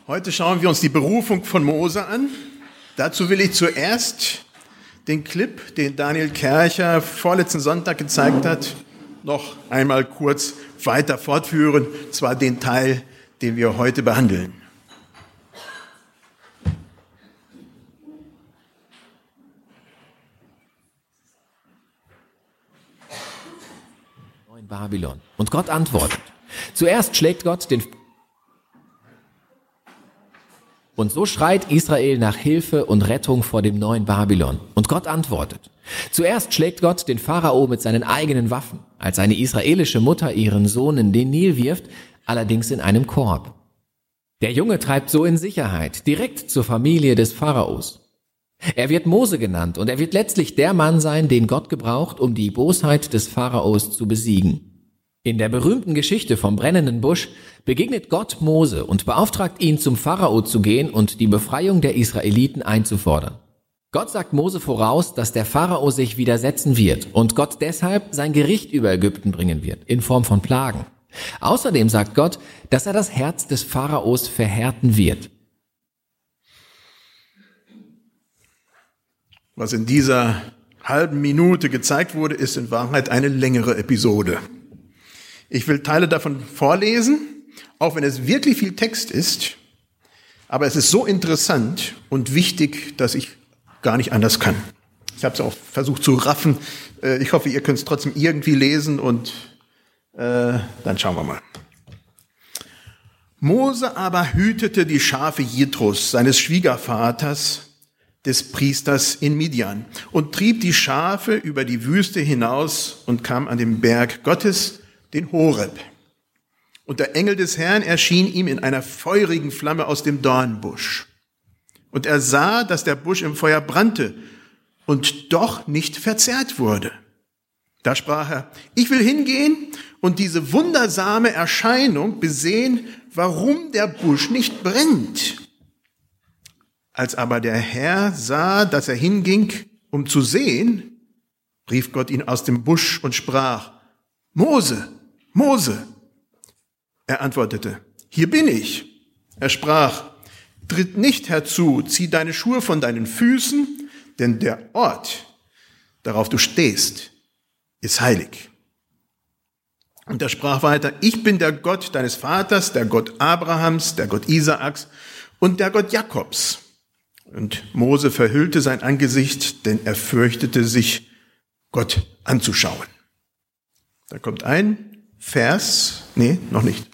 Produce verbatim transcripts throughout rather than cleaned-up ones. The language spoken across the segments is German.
Heute schauen wir uns die Berufung von Mose an. Dazu will ich zuerst den Clip, den Daniel Kercher vorletzten Sonntag gezeigt hat, noch einmal kurz weiter fortführen, zwar den Teil, den wir heute behandeln. In Babylon. Und Gott antwortet. Zuerst schlägt Gott den... Und so schreit Israel nach Hilfe und Rettung vor dem neuen Babylon. Und Gott antwortet. Zuerst schlägt Gott den Pharao mit seinen eigenen Waffen, als eine israelische Mutter ihren Sohn in den Nil wirft, allerdings in einem Korb. Der Junge treibt so in Sicherheit, direkt zur Familie des Pharaos. Er wird Mose genannt und er wird letztlich der Mann sein, den Gott gebraucht, um die Bosheit des Pharaos zu besiegen. In der berühmten Geschichte vom brennenden Busch begegnet Gott Mose und beauftragt ihn, zum Pharao zu gehen und die Befreiung der Israeliten einzufordern. Gott sagt Mose voraus, dass der Pharao sich widersetzen wird und Gott deshalb sein Gericht über Ägypten bringen wird, in Form von Plagen. Außerdem sagt Gott, dass er das Herz des Pharaos verhärten wird. Was in dieser halben Minute gezeigt wurde, ist in Wahrheit eine längere Episode. Ich will Teile davon vorlesen, auch wenn es wirklich viel Text ist, aber es ist so interessant und wichtig, dass ich gar nicht anders kann. Ich habe es auch versucht zu raffen. Ich hoffe, ihr könnt es trotzdem irgendwie lesen und äh, dann schauen wir mal. Mose aber hütete die Schafe Jethros, seines Schwiegervaters, des Priesters in Midian, und trieb die Schafe über die Wüste hinaus und kam an den Berg Gottes, den Horeb. Und der Engel des Herrn erschien ihm in einer feurigen Flamme aus dem Dornbusch. Und er sah, dass der Busch im Feuer brannte und doch nicht verzehrt wurde. Da sprach er: Ich will hingehen und diese wundersame Erscheinung besehen, warum der Busch nicht brennt. Als aber der Herr sah, dass er hinging, um zu sehen, rief Gott ihn aus dem Busch und sprach: Mose, Mose. Er antwortete: Hier bin ich. Er sprach: Tritt nicht herzu, zieh deine Schuhe von deinen Füßen, denn der Ort, darauf du stehst, ist heilig. Und er sprach weiter: Ich bin der Gott deines Vaters, der Gott Abrahams, der Gott Isaaks und der Gott Jakobs. Und Mose verhüllte sein Angesicht, denn er fürchtete sich, Gott anzuschauen. Da kommt ein Vers, nee, noch nicht.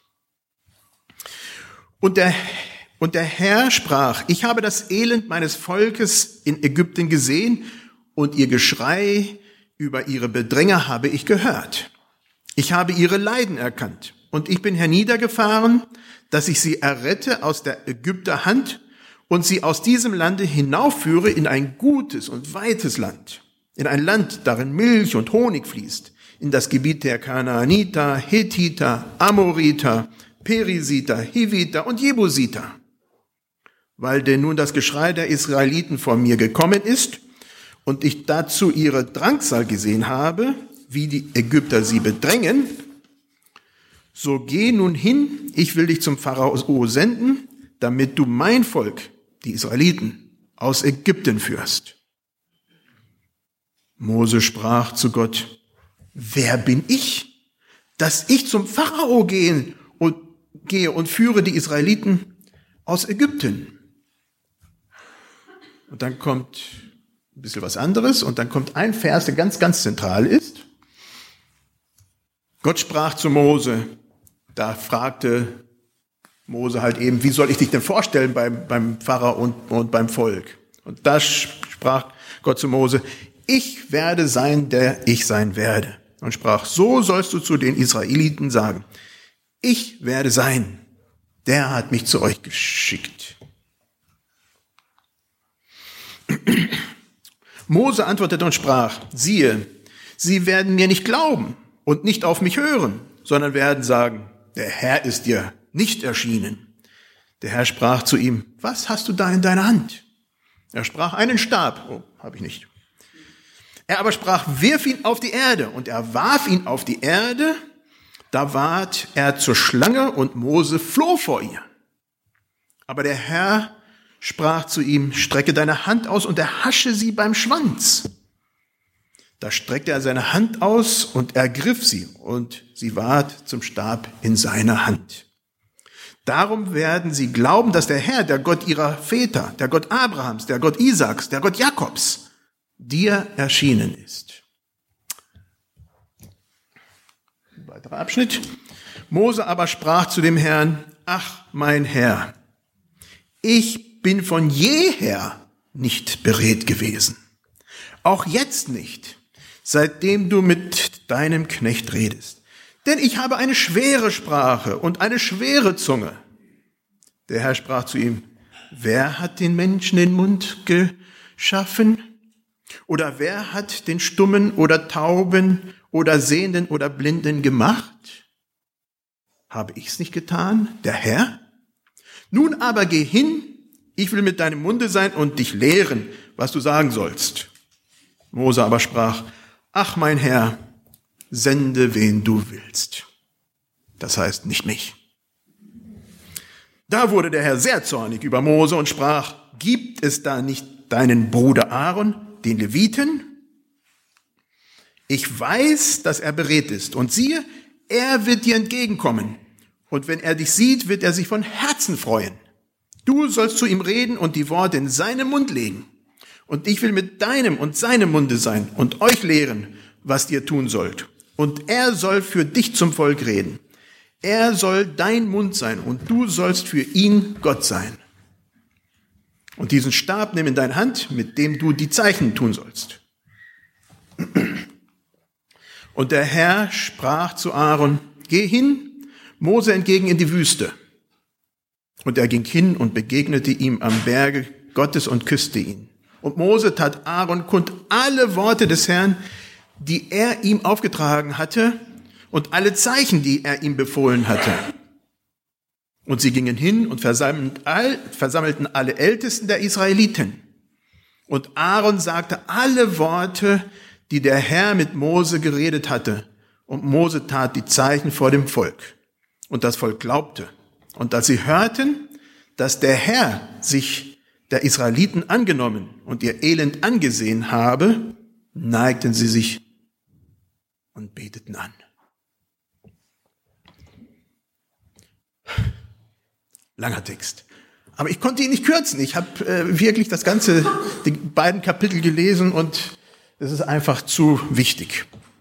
Und der, und der Herr sprach: Ich habe das Elend meines Volkes in Ägypten gesehen und ihr Geschrei über ihre Bedränger habe ich gehört. Ich habe ihre Leiden erkannt und ich bin herniedergefahren, dass ich sie errette aus der Ägypter Hand und sie aus diesem Lande hinaufführe in ein gutes und weites Land, in ein Land, darin Milch und Honig fließt, in das Gebiet der Kanaaniter, Hethiter, Amoriter, Perisiter, Hiviter und Jebusiter. Weil denn nun das Geschrei der Israeliten vor mir gekommen ist und ich dazu ihre Drangsal gesehen habe, wie die Ägypter sie bedrängen, so geh nun hin, ich will dich zum Pharao senden, damit du mein Volk, die Israeliten, aus Ägypten führst. Mose sprach zu Gott: Wer bin ich, dass ich zum Pharao gehen und gehe und führe die Israeliten aus Ägypten? Und dann kommt ein bisschen was anderes und dann kommt ein Vers, der ganz, ganz zentral ist. Gott sprach zu Mose, da fragte Mose halt eben: Wie soll ich dich denn vorstellen beim, beim Pharao und, und beim Volk? Und da sprach Gott zu Mose: Ich werde sein, der ich sein werde. Und sprach: So sollst du zu den Israeliten sagen: Ich werde sein, der hat mich zu euch geschickt. Mose antwortete und sprach: Siehe, sie werden mir nicht glauben und nicht auf mich hören, sondern werden sagen: Der Herr ist dir nicht erschienen. Der Herr sprach zu ihm: Was hast du da in deiner Hand? Er sprach: Einen Stab. Oh, habe ich nicht. Er aber sprach: Wirf ihn auf die Erde. Und er warf ihn auf die Erde. Da ward er zur Schlange und Mose floh vor ihr. Aber der Herr sprach zu ihm, strecke deine Hand aus und erhasche sie beim Schwanz. Da streckte er seine Hand aus und ergriff sie, und sie ward zum Stab in seiner Hand. Darum werden sie glauben, dass der Herr, der Gott ihrer Väter, der Gott Abrahams, der Gott Isaaks, der Gott Jakobs, dir erschienen ist. Ein weiterer Abschnitt. Mose aber sprach zu dem Herrn, ach, mein Herr, ich bin von jeher nicht beredt gewesen, auch jetzt nicht, seitdem du mit deinem Knecht redest. Denn ich habe eine schwere Sprache und eine schwere Zunge. Der Herr sprach zu ihm, wer hat den Menschen den Mund geschaffen? Oder wer hat den Stummen oder Tauben oder Sehenden oder Blinden gemacht? Habe ich's nicht getan, der Herr? Nun aber geh hin, ich will mit deinem Munde sein und dich lehren, was du sagen sollst. Mose aber sprach, ach mein Herr, sende wen du willst. Das heißt nicht mich. Da wurde der Herr sehr zornig über Mose und sprach, gibt es da nicht deinen Bruder Aaron, den Leviten? Ich weiß, dass er beredt ist, und siehe, er wird dir entgegenkommen. Und wenn er dich sieht, wird er sich von Herzen freuen. Du sollst zu ihm reden und die Worte in seinen Mund legen. Und ich will mit deinem und seinem Munde sein und euch lehren, was ihr tun sollt. Und er soll für dich zum Volk reden. Er soll dein Mund sein und du sollst für ihn Gott sein. Und diesen Stab nimm in deine Hand, mit dem du die Zeichen tun sollst. Und der Herr sprach zu Aaron, geh hin, Mose entgegen in die Wüste. Und er ging hin und begegnete ihm am Berge Gottes und küsste ihn. Und Mose tat Aaron kund alle Worte des Herrn, die er ihm aufgetragen hatte, und alle Zeichen, die er ihm befohlen hatte. Und sie gingen hin und versammelten alle Ältesten der Israeliten. Und Aaron sagte alle Worte, die der Herr mit Mose geredet hatte. Und Mose tat die Zeichen vor dem Volk. Und das Volk glaubte. Und als sie hörten, dass der Herr sich der Israeliten angenommen und ihr Elend angesehen habe, neigten sie sich und beteten an. Langer Text. Aber ich konnte ihn nicht kürzen. Ich habe äh, wirklich das ganze, die beiden Kapitel gelesen und es ist einfach zu wichtig.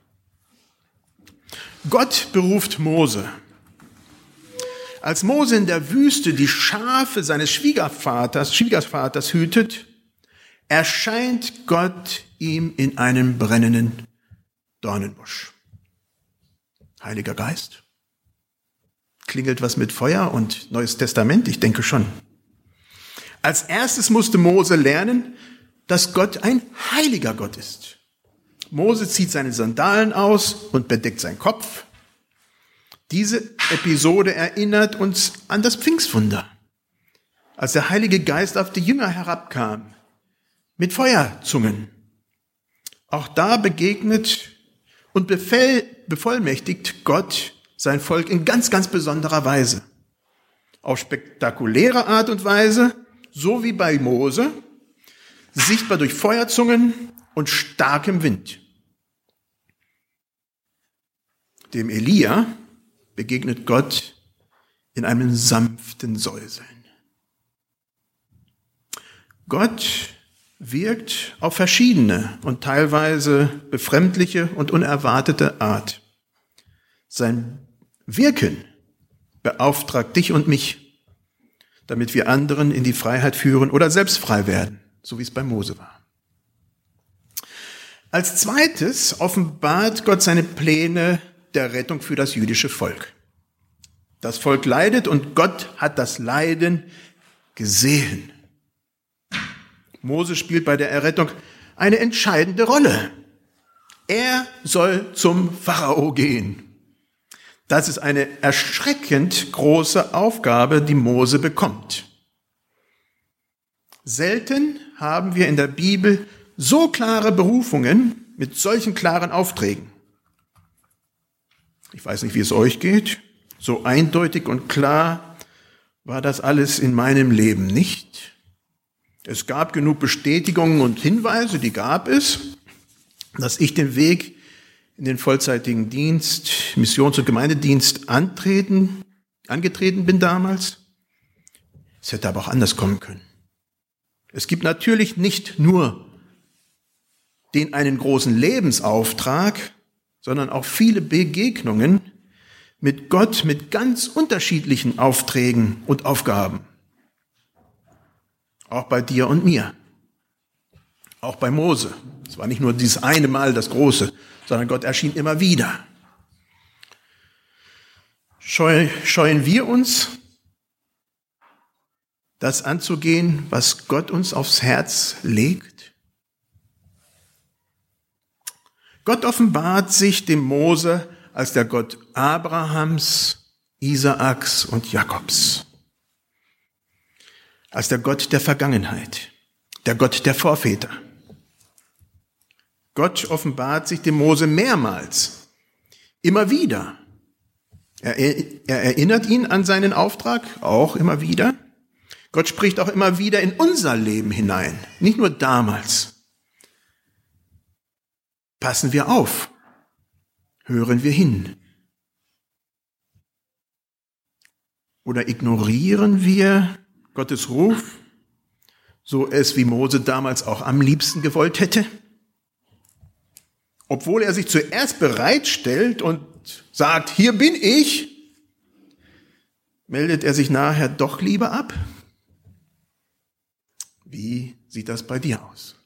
Gott beruft Mose. Als Mose in der Wüste die Schafe seines Schwiegervaters, Schwiegervaters hütet, erscheint Gott ihm in einem brennenden Dornenbusch. Heiliger Geist? Klingelt was mit Feuer und Neues Testament? Ich denke schon. Als erstes musste Mose lernen, dass Gott ein heiliger Gott ist. Mose zieht seine Sandalen aus und bedeckt seinen Kopf. Diese Episode erinnert uns an das Pfingstwunder, als der Heilige Geist auf die Jünger herabkam, mit Feuerzungen. Auch da begegnet und befehl, bevollmächtigt Gott sein Volk in ganz, ganz besonderer Weise. Auf spektakuläre Art und Weise, so wie bei Mose, sichtbar durch Feuerzungen und starkem Wind. Dem Elia begegnet Gott in einem sanften Säuseln. Gott wirkt auf verschiedene und teilweise befremdliche und unerwartete Art. Sein Wirken beauftragt dich und mich, damit wir anderen in die Freiheit führen oder selbst frei werden, so wie es bei Mose war. Als zweites offenbart Gott seine Pläne der Rettung für das jüdische Volk. Das Volk leidet und Gott hat das Leiden gesehen. Mose spielt bei der Errettung eine entscheidende Rolle. Er soll zum Pharao gehen. Das ist eine erschreckend große Aufgabe, die Mose bekommt. Selten haben wir in der Bibel so klare Berufungen mit solchen klaren Aufträgen. Ich weiß nicht, wie es euch geht. So eindeutig und klar war das alles in meinem Leben nicht. Es gab genug Bestätigungen und Hinweise, die gab es, dass ich den Weg in den vollzeitigen Dienst, Missions- und Gemeindedienst antreten, angetreten bin damals. Es hätte aber auch anders kommen können. Es gibt natürlich nicht nur den einen großen Lebensauftrag, sondern auch viele Begegnungen mit Gott, mit ganz unterschiedlichen Aufträgen und Aufgaben. Auch bei dir und mir. Auch bei Mose. Es war nicht nur dieses eine Mal das Große, sondern Gott erschien immer wieder. Scheuen wir uns, das anzugehen, was Gott uns aufs Herz legt? Gott offenbart sich dem Mose als der Gott Abrahams, Isaaks und Jakobs. Als der Gott der Vergangenheit, der Gott der Vorväter. Gott offenbart sich dem Mose mehrmals, immer wieder. Er, er erinnert ihn an seinen Auftrag, auch immer wieder. Gott spricht auch immer wieder in unser Leben hinein, nicht nur damals. Passen wir auf, hören wir hin. Oder ignorieren wir Gottes Ruf, so es wie Mose damals auch am liebsten gewollt hätte? Obwohl er sich zuerst bereitstellt und sagt, hier bin ich, meldet er sich nachher doch lieber ab? Wie sieht das bei dir aus?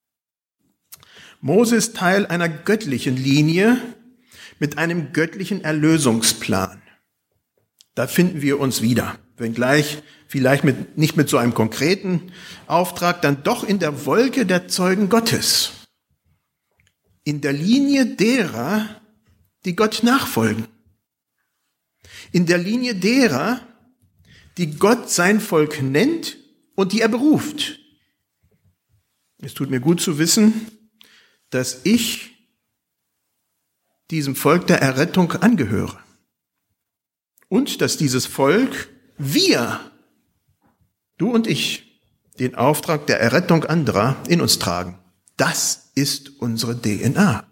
Mose ist Teil einer göttlichen Linie mit einem göttlichen Erlösungsplan. Da finden wir uns wieder, wenngleich vielleicht mit, nicht mit so einem konkreten Auftrag, dann doch in der Wolke der Zeugen Gottes. In der Linie derer, die Gott nachfolgen. In der Linie derer, die Gott sein Volk nennt und die er beruft. Es tut mir gut zu wissen, dass ich diesem Volk der Errettung angehöre. Und dass dieses Volk, wir, du und ich, den Auftrag der Errettung anderer in uns tragen. Das ist unsere D N A.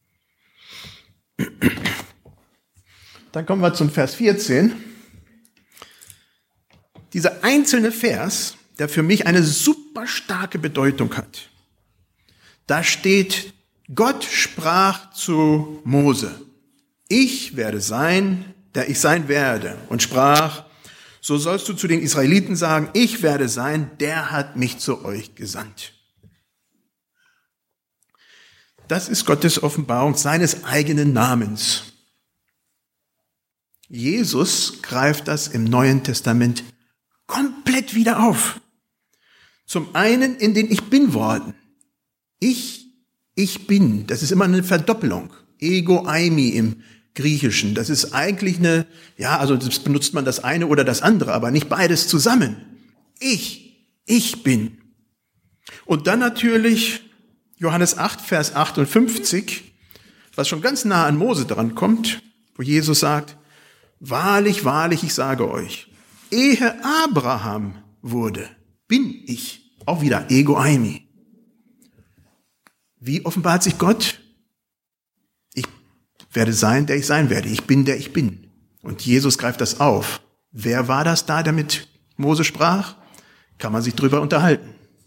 Dann kommen wir zum Vers vierzehn. Dieser einzelne Vers, der für mich eine super starke Bedeutung hat. Da steht, Gott sprach zu Mose, ich werde sein, der ich sein werde. Und sprach, so sollst du zu den Israeliten sagen, ich werde sein, der hat mich zu euch gesandt. Das ist Gottes Offenbarung seines eigenen Namens. Jesus greift das im Neuen Testament komplett wieder auf. Zum einen in den Ich Bin-Worten. Ich, ich bin, das ist immer eine Verdoppelung. Ego eimi im Griechischen. Das ist eigentlich eine, ja, also das benutzt man das eine oder das andere, aber nicht beides zusammen. Ich, ich bin. Und dann natürlich Johannes acht, Vers achtundfünfzig, was schon ganz nah an Mose dran kommt, wo Jesus sagt, wahrlich, wahrlich, ich sage euch, ehe Abraham wurde, bin ich. Auch wieder Ego eimi. Wie offenbart sich Gott? Ich werde sein, der ich sein werde. Ich bin, der ich bin. Und Jesus greift das auf. Wer war das da, der mit Mose sprach? Kann man sich drüber unterhalten.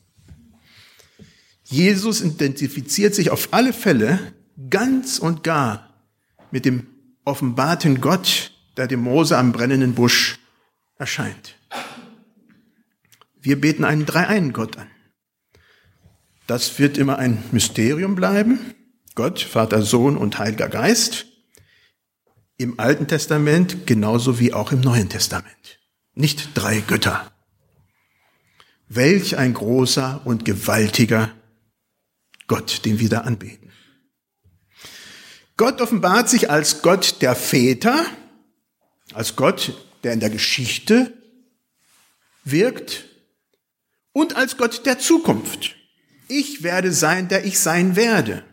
Jesus identifiziert sich auf alle Fälle ganz und gar mit dem offenbarten Gott, der dem Mose am brennenden Busch erscheint. Wir beten einen Dreieinen-Gott an. Das wird immer ein Mysterium bleiben. Gott, Vater, Sohn und Heiliger Geist. Im Alten Testament genauso wie auch im Neuen Testament. Nicht drei Götter. Welch ein großer und gewaltiger Gott, den wir da anbeten. Gott offenbart sich als Gott der Väter, als Gott, der in der Geschichte wirkt, und als Gott der Zukunft. Ich werde sein, der ich sein werde.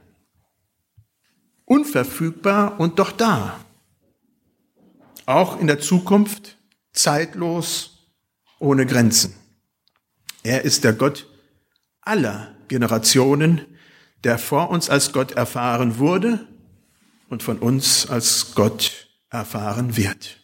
Unverfügbar und doch da. Auch in der Zukunft, zeitlos ohne Grenzen. Er ist der Gott aller Generationen, der vor uns als Gott erfahren wurde und von uns als Gott erfahren wird.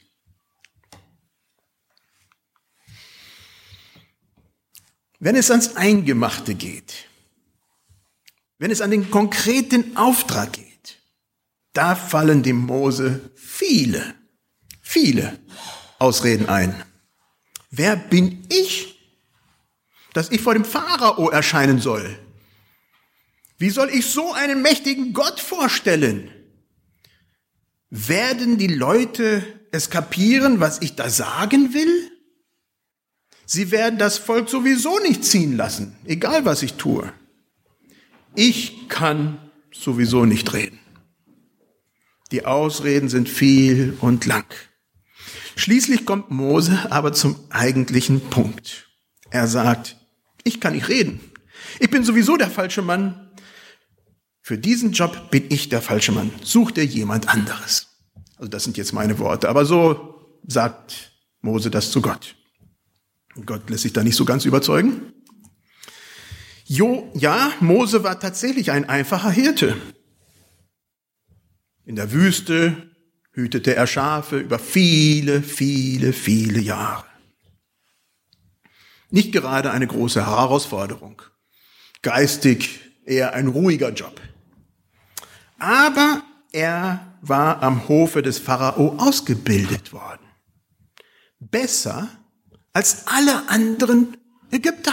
Wenn es ans Eingemachte geht, wenn es an den konkreten Auftrag geht, da fallen dem Mose viele, viele Ausreden ein. Wer bin ich, dass ich vor dem Pharao erscheinen soll? Wie soll ich so einen mächtigen Gott vorstellen? Werden die Leute es kapieren, was ich da sagen will? Sie werden das Volk sowieso nicht ziehen lassen, egal was ich tue. Ich kann sowieso nicht reden. Die Ausreden sind viel und lang. Schließlich kommt Mose aber zum eigentlichen Punkt. Er sagt, ich kann nicht reden. Ich bin sowieso der falsche Mann. Für diesen Job bin ich der falsche Mann. Such dir jemand anderes. Also das sind jetzt meine Worte, aber so sagt Mose das zu Gott. Und Gott lässt sich da nicht so ganz überzeugen. Jo, ja, Mose war tatsächlich ein einfacher Hirte. In der Wüste hütete er Schafe über viele, viele, viele Jahre. Nicht gerade eine große Herausforderung. Geistig eher ein ruhiger Job. Aber er war am Hofe des Pharao ausgebildet worden. Besser als alle anderen Ägypter.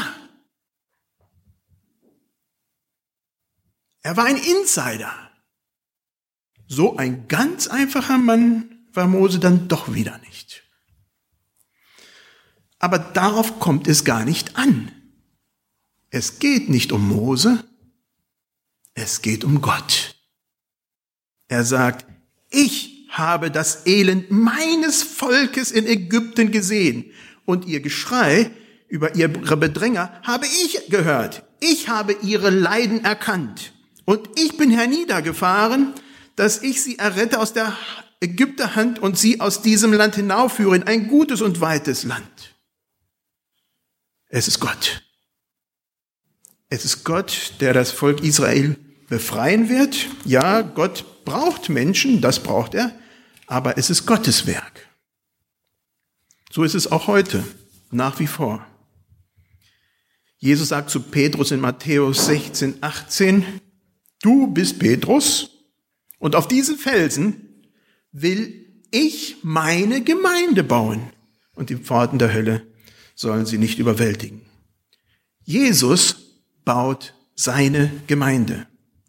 Er war ein Insider. So ein ganz einfacher Mann war Mose dann doch wieder nicht. Aber darauf kommt es gar nicht an. Es geht nicht um Mose, es geht um Gott. Er sagt, ich habe das Elend meines Volkes in Ägypten gesehen und ihr Geschrei über ihre Bedränger habe ich gehört. Ich habe ihre Leiden erkannt und ich bin herniedergefahren, dass ich sie errette aus der Ägypterhand und sie aus diesem Land hinaufführe in ein gutes und weites Land. Es ist Gott. Es ist Gott, der das Volk Israel befreien wird. Ja, Gott braucht Menschen, das braucht er, aber es ist Gottes Werk. So ist es auch heute, nach wie vor. Jesus sagt zu Petrus in Matthäus sechzehn, achtzehn, du bist Petrus und auf diesen Felsen will ich meine Gemeinde bauen und die Pforten der Hölle sollen sie nicht überwältigen. Jesus baut seine Gemeinde.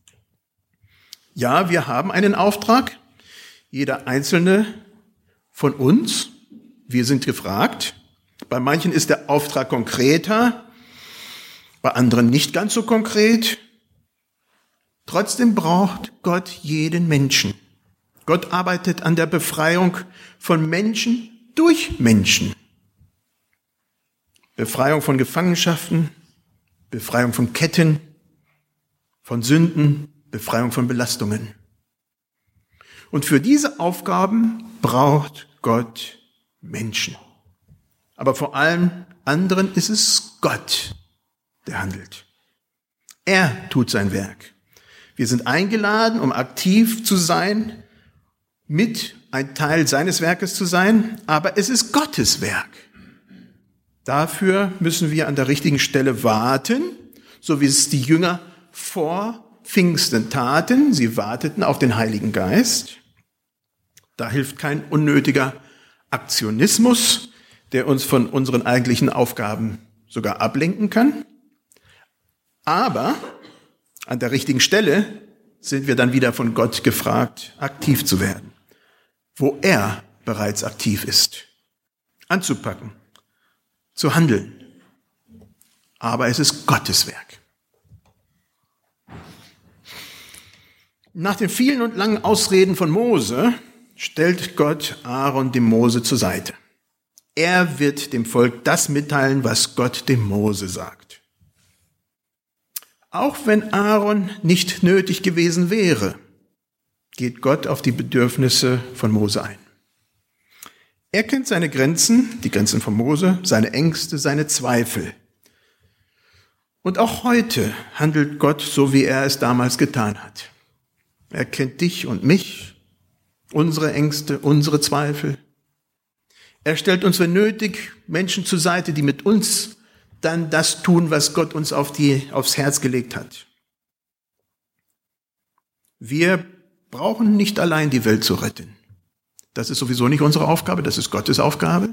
Ja, wir haben einen Auftrag, jeder einzelne von uns. Wir sind gefragt. Bei manchen ist der Auftrag konkreter, bei anderen nicht ganz so konkret. Trotzdem braucht Gott jeden Menschen. Gott arbeitet an der Befreiung von Menschen durch Menschen. Befreiung von Gefangenschaften, Befreiung von Ketten, von Sünden, Befreiung von Belastungen. Und für diese Aufgaben braucht Gott Menschen. Aber vor allem anderen ist es Gott, der handelt. Er tut sein Werk. Wir sind eingeladen, um aktiv zu sein, mit ein Teil seines Werkes zu sein, aber es ist Gottes Werk. Dafür müssen wir an der richtigen Stelle warten, so wie es die Jünger vor Pfingsten taten. Sie warteten auf den Heiligen Geist. Da hilft kein unnötiger Aktionismus, der uns von unseren eigentlichen Aufgaben sogar ablenken kann. Aber an der richtigen Stelle sind wir dann wieder von Gott gefragt, aktiv zu werden, wo er bereits aktiv ist, anzupacken, zu handeln. Aber es ist Gottes Werk. Nach den vielen und langen Ausreden von Mose stellt Gott Aaron dem Mose zur Seite. Er wird dem Volk das mitteilen, was Gott dem Mose sagt. Auch wenn Aaron nicht nötig gewesen wäre, geht Gott auf die Bedürfnisse von Mose ein. Er kennt seine Grenzen, die Grenzen von Mose, seine Ängste, seine Zweifel. Und auch heute handelt Gott so, wie er es damals getan hat. Er kennt dich und mich, unsere Ängste, unsere Zweifel. Er stellt uns, wenn nötig, Menschen zur Seite, die mit uns dann das tun, was Gott uns auf die, aufs Herz gelegt hat. Wir brauchen nicht allein die Welt zu retten. Das ist sowieso nicht unsere Aufgabe, das ist Gottes Aufgabe.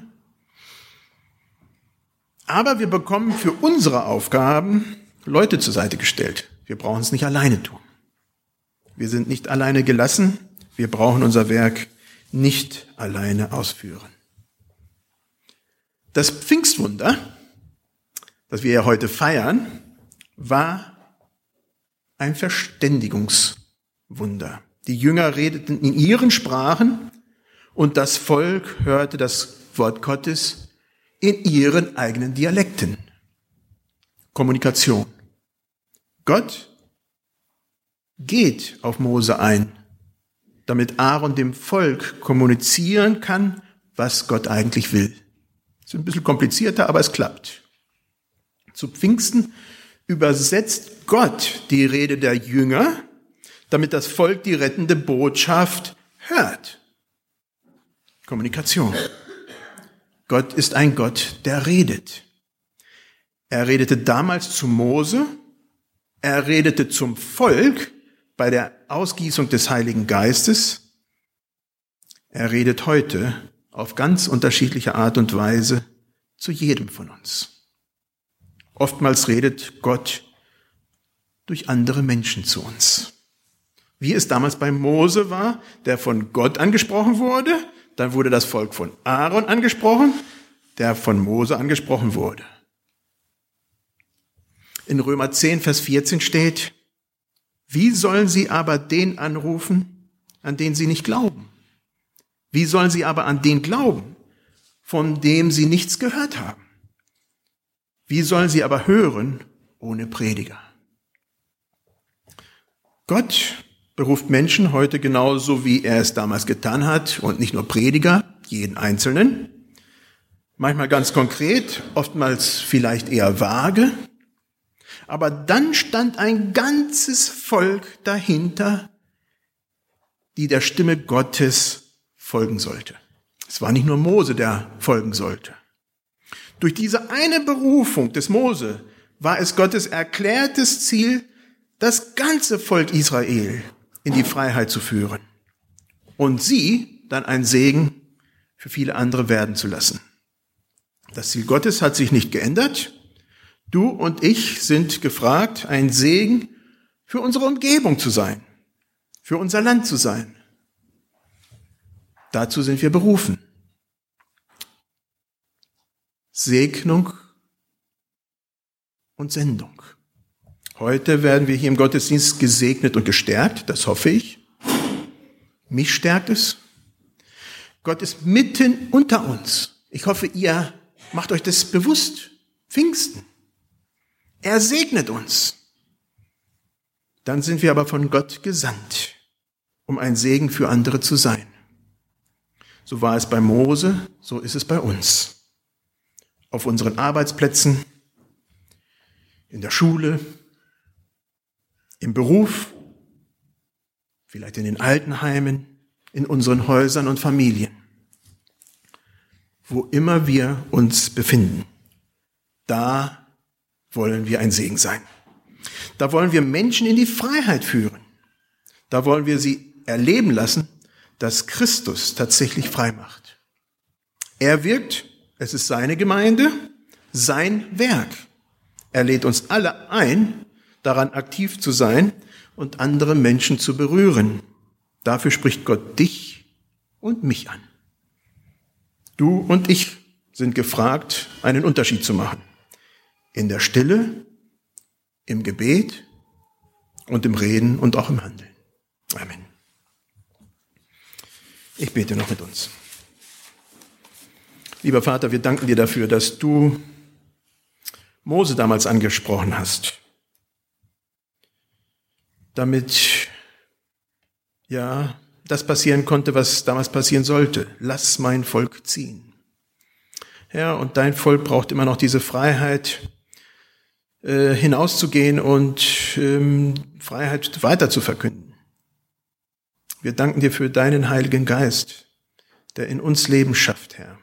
Aber wir bekommen für unsere Aufgaben Leute zur Seite gestellt. Wir brauchen es nicht alleine tun. Wir sind nicht alleine gelassen. Wir brauchen unser Werk nicht alleine ausführen. Das Pfingstwunder, das wir ja heute feiern, war ein Verständigungswunder. Die Jünger redeten in ihren Sprachen und das Volk hörte das Wort Gottes in ihren eigenen Dialekten. Kommunikation. Gott geht auf Mose ein, damit Aaron dem Volk kommunizieren kann, was Gott eigentlich will. Ist ein bisschen komplizierter, aber es klappt. Zu Pfingsten übersetzt Gott die Rede der Jünger, damit das Volk die rettende Botschaft hört. Kommunikation. Gott ist ein Gott, der redet. Er redete damals zu Mose, er redete zum Volk bei der Ausgießung des Heiligen Geistes. Er redet heute auf ganz unterschiedliche Art und Weise zu jedem von uns. Oftmals redet Gott durch andere Menschen zu uns. Wie es damals bei Mose war, der von Gott angesprochen wurde, dann wurde das Volk von Aaron angesprochen, der von Mose angesprochen wurde. In Römer zehn, Vers vierzehn steht, wie sollen sie aber den anrufen, an den sie nicht glauben? Wie sollen sie aber an den glauben, von dem sie nichts gehört haben? Wie sollen sie aber hören ohne Prediger? Gott beruft Menschen heute genauso, wie er es damals getan hat, und nicht nur Prediger, jeden Einzelnen. Manchmal ganz konkret, oftmals vielleicht eher vage. Aber dann stand ein ganzes Volk dahinter, die der Stimme Gottes folgen sollte. Es war nicht nur Mose, der folgen sollte. Durch diese eine Berufung des Mose war es Gottes erklärtes Ziel, das ganze Volk Israel in die Freiheit zu führen und sie dann ein Segen für viele andere werden zu lassen. Das Ziel Gottes hat sich nicht geändert. Du und ich sind gefragt, ein Segen für unsere Umgebung zu sein, für unser Land zu sein. Dazu sind wir berufen. Segnung und Sendung. Heute werden wir hier im Gottesdienst gesegnet und gestärkt, das hoffe ich. Mich stärkt es. Gott ist mitten unter uns. Ich hoffe, ihr macht euch das bewusst. Pfingsten. Er segnet uns. Dann sind wir aber von Gott gesandt, um ein Segen für andere zu sein. So war es bei Mose, so ist es bei uns. Auf unseren Arbeitsplätzen, in der Schule, im Beruf, vielleicht in den Altenheimen, in unseren Häusern und Familien. Wo immer wir uns befinden, da wollen wir ein Segen sein. Da wollen wir Menschen in die Freiheit führen. Da wollen wir sie erleben lassen, dass Christus tatsächlich frei macht. Er wirkt, es ist seine Gemeinde, sein Werk. Er lädt uns alle ein, daran aktiv zu sein und andere Menschen zu berühren. Dafür spricht Gott dich und mich an. Du und ich sind gefragt, einen Unterschied zu machen. In der Stille, im Gebet und im Reden und auch im Handeln. Amen. Ich bete noch mit uns. Lieber Vater, wir danken dir dafür, dass du Mose damals angesprochen hast, damit ja das passieren konnte, was damals passieren sollte. Lass mein Volk ziehen. Ja, und dein Volk braucht immer noch diese Freiheit, äh, hinauszugehen und ähm, Freiheit weiter zu verkünden. Wir danken dir für deinen Heiligen Geist, der in uns Leben schafft, Herr.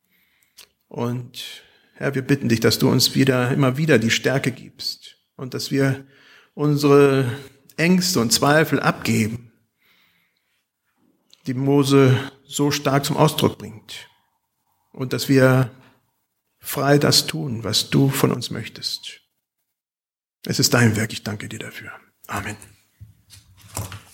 Und Herr, wir bitten dich, dass du uns wieder, immer wieder die Stärke gibst und dass wir unsere Ängste und Zweifel abgeben, die Mose so stark zum Ausdruck bringt. Und dass wir frei das tun, was du von uns möchtest. Es ist dein Werk, ich danke dir dafür. Amen.